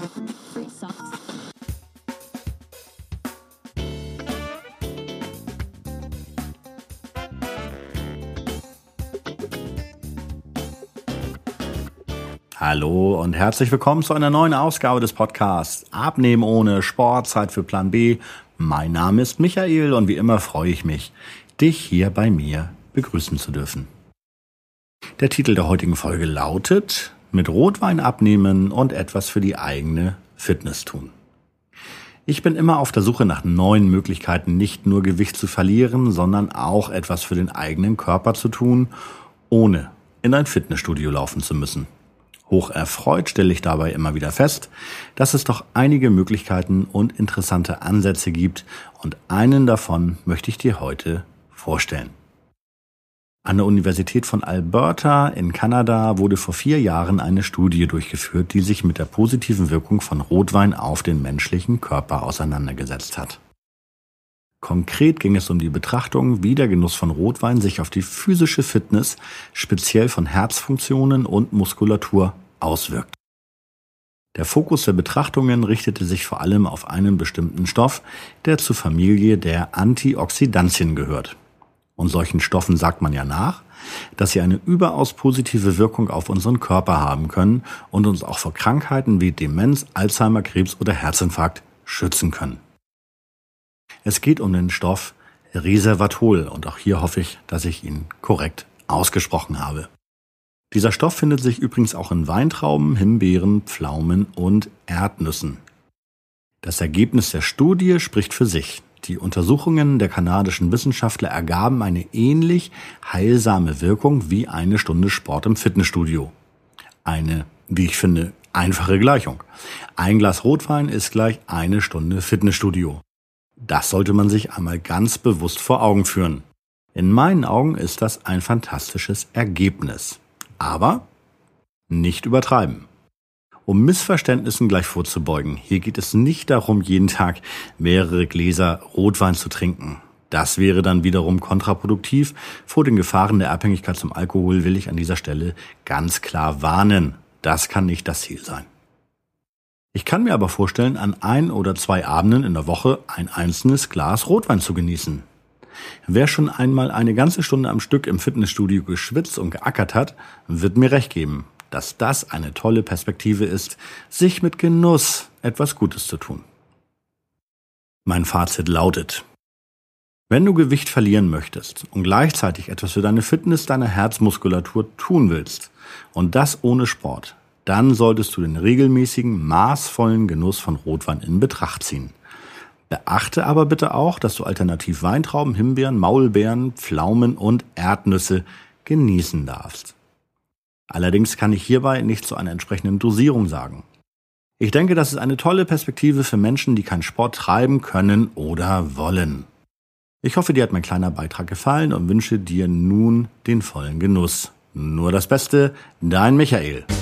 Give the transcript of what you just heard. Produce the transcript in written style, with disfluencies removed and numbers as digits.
Hallo und herzlich willkommen zu einer neuen Ausgabe des Podcasts Abnehmen ohne Sport, Zeit für Plan B. Mein Name ist Michael und wie immer freue ich mich, dich hier bei mir begrüßen zu dürfen. Der Titel der heutigen Folge lautet: Mit Rotwein abnehmen und etwas für die eigene Fitness tun. Ich bin immer auf der Suche nach neuen Möglichkeiten, nicht nur Gewicht zu verlieren, sondern auch etwas für den eigenen Körper zu tun, ohne in ein Fitnessstudio laufen zu müssen. Hocherfreut stelle ich dabei immer wieder fest, dass es doch einige Möglichkeiten und interessante Ansätze gibt, und einen davon möchte ich dir heute vorstellen. An der Universität von Alberta in Kanada wurde vor 4 Jahren eine Studie durchgeführt, die sich mit der positiven Wirkung von Rotwein auf den menschlichen Körper auseinandergesetzt hat. Konkret ging es um die Betrachtung, wie der Genuss von Rotwein sich auf die physische Fitness, speziell von Herzfunktionen und Muskulatur, auswirkt. Der Fokus der Betrachtungen richtete sich vor allem auf einen bestimmten Stoff, der zur Familie der Antioxidantien gehört. Und solchen Stoffen sagt man ja nach, dass sie eine überaus positive Wirkung auf unseren Körper haben können und uns auch vor Krankheiten wie Demenz, Alzheimer, Krebs oder Herzinfarkt schützen können. Es geht um den Stoff Resveratrol und auch hier hoffe ich, dass ich ihn korrekt ausgesprochen habe. Dieser Stoff findet sich übrigens auch in Weintrauben, Himbeeren, Pflaumen und Erdnüssen. Das Ergebnis der Studie spricht für sich. Die Untersuchungen der kanadischen Wissenschaftler ergaben eine ähnlich heilsame Wirkung wie eine Stunde Sport im Fitnessstudio. Eine, wie ich finde, einfache Gleichung. Ein Glas Rotwein ist gleich eine Stunde Fitnessstudio. Das sollte man sich einmal ganz bewusst vor Augen führen. In meinen Augen ist das ein fantastisches Ergebnis. Aber nicht übertreiben. Um Missverständnissen gleich vorzubeugen, hier geht es nicht darum, jeden Tag mehrere Gläser Rotwein zu trinken. Das wäre dann wiederum kontraproduktiv. Vor den Gefahren der Abhängigkeit zum Alkohol will ich an dieser Stelle ganz klar warnen. Das kann nicht das Ziel sein. Ich kann mir aber vorstellen, an 1 oder 2 Abenden in der Woche ein einzelnes Glas Rotwein zu genießen. Wer schon einmal eine ganze Stunde am Stück im Fitnessstudio geschwitzt und geackert hat, wird mir recht geben, dass das eine tolle Perspektive ist, sich mit Genuss etwas Gutes zu tun. Mein Fazit lautet: Wenn du Gewicht verlieren möchtest und gleichzeitig etwas für deine Fitness, deine Herzmuskulatur tun willst, und das ohne Sport, dann solltest du den regelmäßigen, maßvollen Genuss von Rotwein in Betracht ziehen. Beachte aber bitte auch, dass du alternativ Weintrauben, Himbeeren, Maulbeeren, Pflaumen und Erdnüsse genießen darfst. Allerdings kann ich hierbei nicht zu einer entsprechenden Dosierung sagen. Ich denke, das ist eine tolle Perspektive für Menschen, die keinen Sport treiben können oder wollen. Ich hoffe, dir hat mein kleiner Beitrag gefallen und wünsche dir nun den vollen Genuss. Nur das Beste, dein Michael.